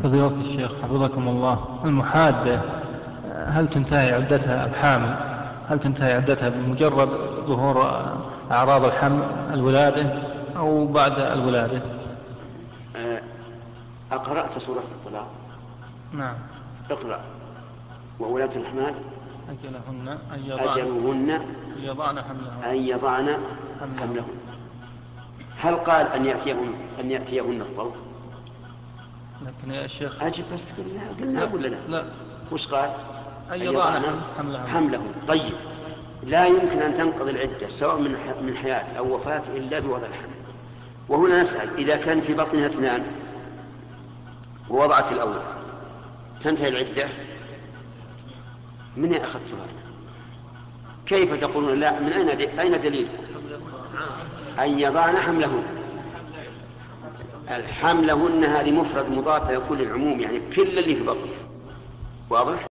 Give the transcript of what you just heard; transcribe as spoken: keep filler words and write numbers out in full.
فضيلة الشيخ حفظكم الله، المحادة هل تنتهي عدتها الحامل هل تنتهي عدتها بمجرد ظهور أعراض الحمل الولادة أو بعد الولادة؟ أقرأت سورة الطلاق؟ نعم. اقرأ: وولاة الأحمال أجلهن أجلهن أن يضعن حملهن أن يضعن حملهن. هل قال أن يأتيهن أن يأتيهن الطوق؟ لكن يا شيخ أجب بس قلنا قلنا ولا لا؟ لا. وش قال؟ أن يضعن حملهن. حملهن. طيب، لا يمكن أن تنقضي العدة سواء من من حياة أو وفاة إلا بوضع الحمل. وهنا نسأل: إذا كان في بطنها اثنان ووضعت الأول تنتهي العدة؟ من أخذتها؟ كيف تقولون لا؟ من أين دي؟ أين دليل؟ أن يضعن حملهن. الحملهن هذه مفرد مضاف يكون للعموم، يعني كل اللي في بطنها. واضح؟